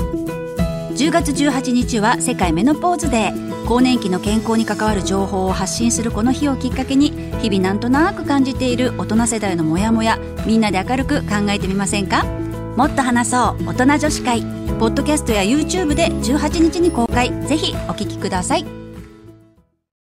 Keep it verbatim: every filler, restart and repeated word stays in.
じゅうがつじゅうはちにちは世界メノポーズデー。更年期の健康に関わる情報を発信するこの日をきっかけに、日々なんとなく感じている大人世代のモヤモヤ、みんなで明るく考えてみませんか。もっと話そう大人女子会、ポッドキャストや YouTube でじゅうはちにちに公開。ぜひお聞きください。